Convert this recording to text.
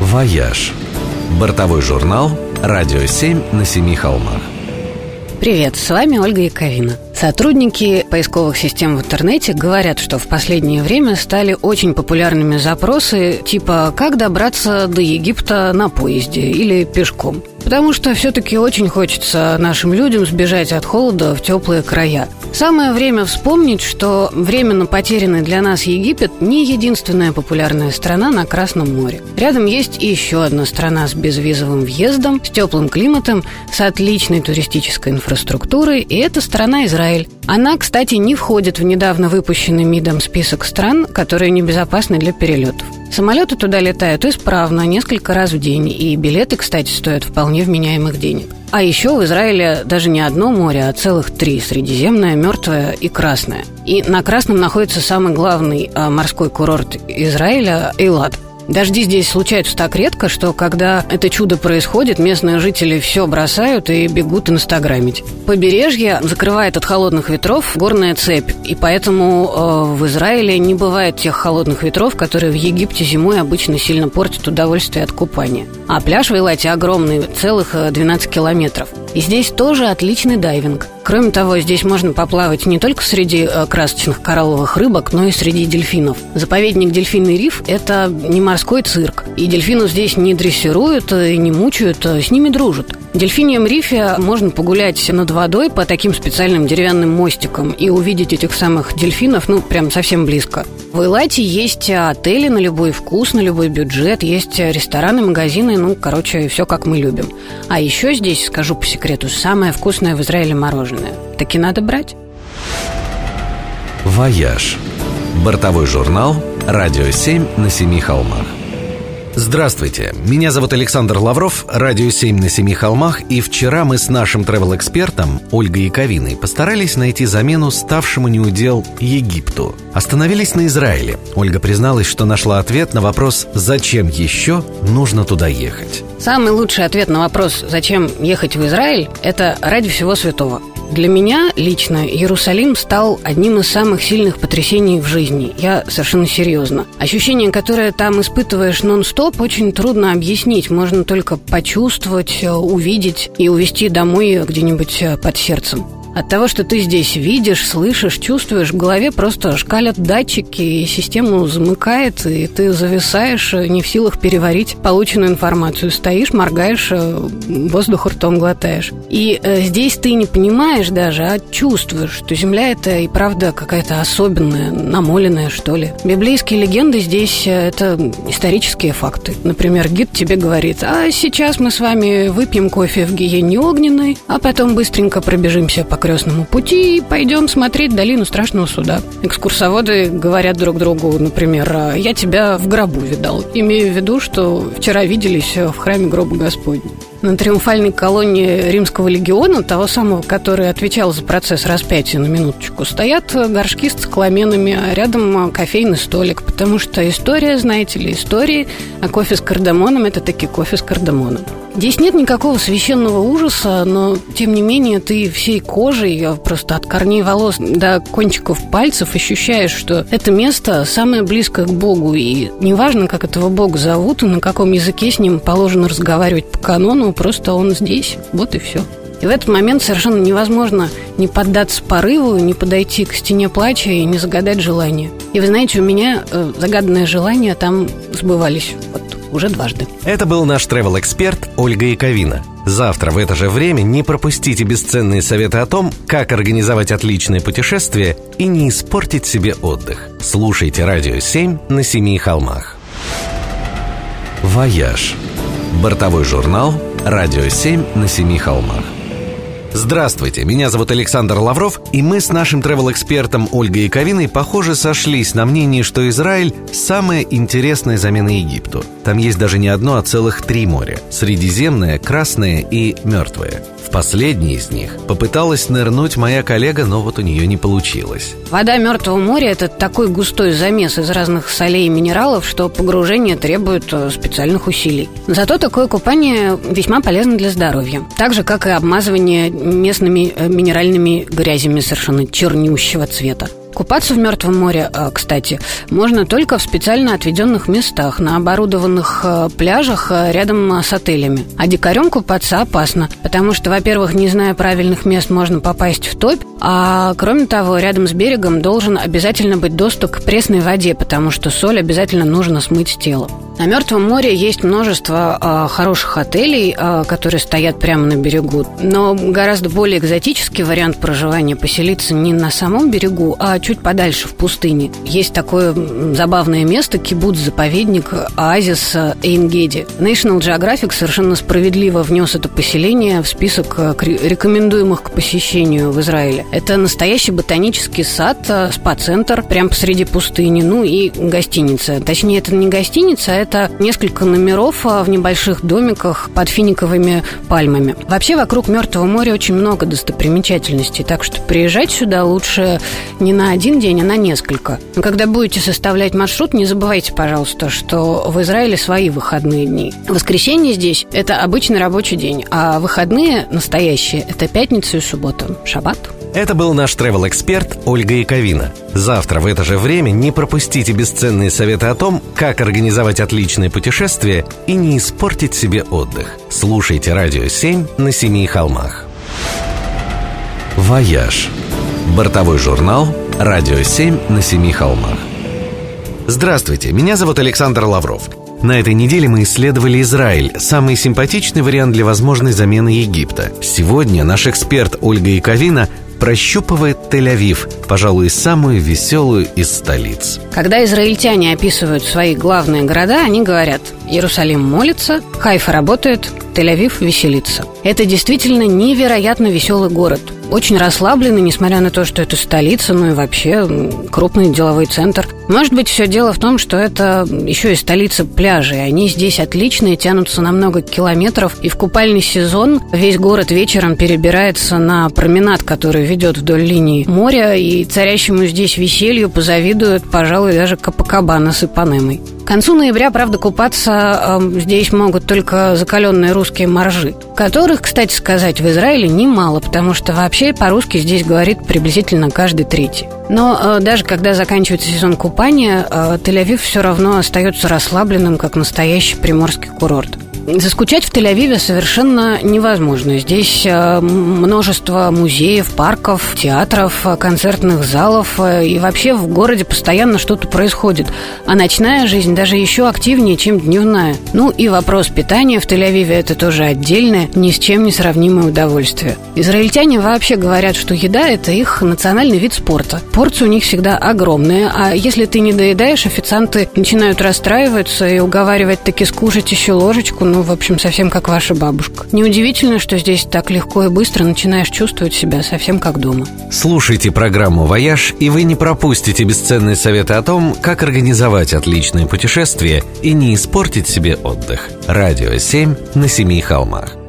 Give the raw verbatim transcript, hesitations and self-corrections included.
«Вояж». Бортовой журнал «Радио семь на семи холмах». Привет, с вами Ольга Яковина. Сотрудники поисковых систем в интернете говорят, что в последнее время стали очень популярными запросы типа «Как добраться до Египта на поезде» или «Пешком». Потому что все-таки очень хочется нашим людям сбежать от холода в теплые края. Самое время вспомнить, что временно потерянный для нас Египет не единственная популярная страна на Красном море. Рядом есть и еще одна страна с безвизовым въездом, с теплым климатом, с отличной туристической инфраструктурой, и это страна Израиль. Она, кстати, не входит в недавно выпущенный МИДом список стран, которые небезопасны для перелетов. Самолеты туда летают исправно, несколько раз в день, и билеты, кстати, стоят вполне вменяемых денег. А еще в Израиле даже не одно море, а целых три – Средиземное, Мертвое и Красное. И на Красном находится самый главный а, морской курорт Израиля – Эйлат. Дожди здесь случаются так редко, что когда это чудо происходит, местные жители все бросают и бегут инстаграмить. Побережье закрывает от холодных ветров горная цепь, и поэтому э, в Израиле не бывает тех холодных ветров, которые в Египте зимой обычно сильно портят удовольствие от купания. А пляж в Эйлате огромный, целых двенадцать километров. И здесь тоже отличный дайвинг. Кроме того, здесь можно поплавать не только среди э, красочных коралловых рыбок, но и среди дельфинов. Заповедник Дельфинный риф – это не морской цирк. И дельфинов здесь не дрессируют и не мучают, с ними дружат. В Дельфиньем рифе можно погулять над водой по таким специальным деревянным мостикам и увидеть этих самых дельфинов, ну, прям совсем близко. В Эйлате есть отели на любой вкус, на любой бюджет, есть рестораны, магазины, ну, короче, все как мы любим. А еще здесь, скажу по секрету, самое вкусное в Израиле мороженое. Таки надо брать. «Вояж». Бортовой журнал «Радио семь на семи холмах». Здравствуйте, меня зовут Александр Лавров, «Радио семь на семи холмах», и вчера мы с нашим тревел-экспертом Ольгой Яковиной постарались найти замену ставшему неудел Египту. Остановились на Израиле. Ольга призналась, что нашла ответ на вопрос «Зачем еще нужно туда ехать?». Самый лучший ответ на вопрос «Зачем ехать в Израиль?» – это ради всего святого. Для меня лично Иерусалим стал одним из самых сильных потрясений в жизни. Я совершенно серьезно. Ощущение, которое там испытываешь нон-стоп, очень трудно объяснить. Можно только почувствовать, увидеть и увезти домой где-нибудь под сердцем. От того, что ты здесь видишь, слышишь, чувствуешь, в голове просто шкалят датчики, и систему замыкает, и ты зависаешь, не в силах переварить полученную информацию. Стоишь, моргаешь, воздух ртом глотаешь. И э, здесь ты не понимаешь даже, а чувствуешь, что земля это и правда какая-то особенная, намоленная, что ли. Библейские легенды здесь – это исторические факты. Например, гид тебе говорит: а сейчас мы с вами выпьем кофе в гиене огненной, а потом быстренько пробежимся по крестному пути и пойдем смотреть долину страшного суда. Экскурсоводы говорят друг другу, например: я тебя в гробу видал, имея в виду, что вчера виделись в храме гроба Господня. На триумфальной колонне Римского легиона, того самого, который отвечал за процесс распятия, на минуточку, стоят горшки с цикламенами, а рядом кофейный столик, потому что история, знаете ли, истории, а кофе с кардамоном – это таки кофе с кардамоном. Здесь нет никакого священного ужаса, но, тем не менее, ты всей кожей, просто от корней волос до кончиков пальцев ощущаешь, что это место самое близкое к Богу, и неважно, как этого Бога зовут и на каком языке с ним положено разговаривать по канону, просто он здесь, вот и все. И в этот момент совершенно невозможно не поддаться порыву, не подойти к стене плача и не загадать желание. И вы знаете, у меня э, загаданные желания там сбывались вот уже дважды. Это был наш тревел-эксперт Ольга Яковина. Завтра в это же время не пропустите бесценные советы о том, как организовать отличное путешествие и не испортить себе отдых. Слушайте «Радио семь на семи холмах». «Вояж». Бортовой журнал «Радио семь на семи холмах». Здравствуйте, меня зовут Александр Лавров, и мы с нашим тревел-экспертом Ольгой Яковиной, похоже, сошлись на мнении, что Израиль – самая интересная замена Египту. Там есть даже не одно, а целых три моря – Средиземное, Красное и Мертвое. В последний из них попыталась нырнуть моя коллега, но вот у нее не получилось. Вода Мертвого моря – это такой густой замес из разных солей и минералов, что погружение требует специальных усилий. Зато такое купание весьма полезно для здоровья. Так же, как и обмазывание местными минеральными грязями совершенно чернющего цвета. Купаться в Мертвом море, кстати, можно только в специально отведенных местах, на оборудованных пляжах рядом с отелями. А дикарем купаться опасно, потому что, во-первых, не зная правильных мест, можно попасть в топь, а кроме того, рядом с берегом должен обязательно быть доступ к пресной воде, потому что соль обязательно нужно смыть с тела. На Мертвом море есть множество э, хороших отелей, э, которые стоят прямо на берегу, но гораздо более экзотический вариант проживания — поселиться не на самом берегу, а чуть подальше, в пустыне. Есть такое забавное место — кибуц-заповедник, оазис Эйн-Геди. National Geographic совершенно справедливо внес это поселение в список рекомендуемых к посещению в Израиле. Это настоящий ботанический сад, спа-центр прямо посреди пустыни, ну и гостиница. Точнее, это не гостиница, а это несколько номеров в небольших домиках под финиковыми пальмами. Вообще, вокруг Мертвого моря очень много достопримечательностей, так что приезжать сюда лучше не на один день, а на несколько. Но когда будете составлять маршрут, не забывайте, пожалуйста, что в Израиле свои выходные дни. Воскресенье здесь – это обычный рабочий день, а выходные настоящие – это пятница и суббота, шаббат. Это был наш travel-эксперт Ольга Яковина. Завтра в это же время не пропустите бесценные советы о том, как организовать отличное путешествие и не испортить себе отдых. Слушайте «Радио семь» на Семи холмах. «Вояж» – бортовой журнал «Радио семь» на Семи холмах. Здравствуйте, меня зовут Александр Лавров. На этой неделе мы исследовали Израиль, самый симпатичный вариант для возможной замены Египта. Сегодня наш эксперт Ольга Яковина прощупывает Тель-Авив, пожалуй, самую веселую из столиц. Когда израильтяне описывают свои главные города, они говорят: Иерусалим молится, Хайфа работает, Тель-Авив веселится. Это действительно невероятно веселый город. Очень расслабленный, несмотря на то, что это столица, ну и вообще крупный деловой центр. Может быть, все дело в том, что это еще и столица пляжей. Они здесь отличные, тянутся на много километров. И в купальный сезон весь город вечером перебирается на променад, который ведет вдоль линии моря. И царящему здесь веселью позавидуют, пожалуй, даже Копакабана с Ипанемой. К концу ноября, правда, купаться э, здесь могут только закаленные русские моржи, которых, кстати сказать, в Израиле немало, потому что вообще по-русски здесь говорит приблизительно каждый третий. Но э, даже когда заканчивается сезон купания, э, Тель-Авив все равно остается расслабленным, как настоящий приморский курорт. Заскучать в Тель-Авиве совершенно невозможно. Здесь э, множество музеев, парков, театров, концертных залов, э, и вообще в городе постоянно что-то происходит. А ночная жизнь даже еще активнее, чем дневная. Ну и вопрос питания в Тель-Авиве – это тоже отдельное, ни с чем не сравнимое удовольствие. Израильтяне вообще говорят, что еда – это их национальный вид спорта. Порции у них всегда огромные, а если ты не доедаешь, официанты начинают расстраиваться и уговаривать таки скушать еще ложечку. Ну, в общем, совсем как ваша бабушка. Неудивительно, что здесь так легко и быстро начинаешь чувствовать себя совсем как дома. Слушайте программу «Вояж», и вы не пропустите бесценные советы о том, как организовать отличное путешествие и не испортить себе отдых. «Радио семь» на Семи холмах.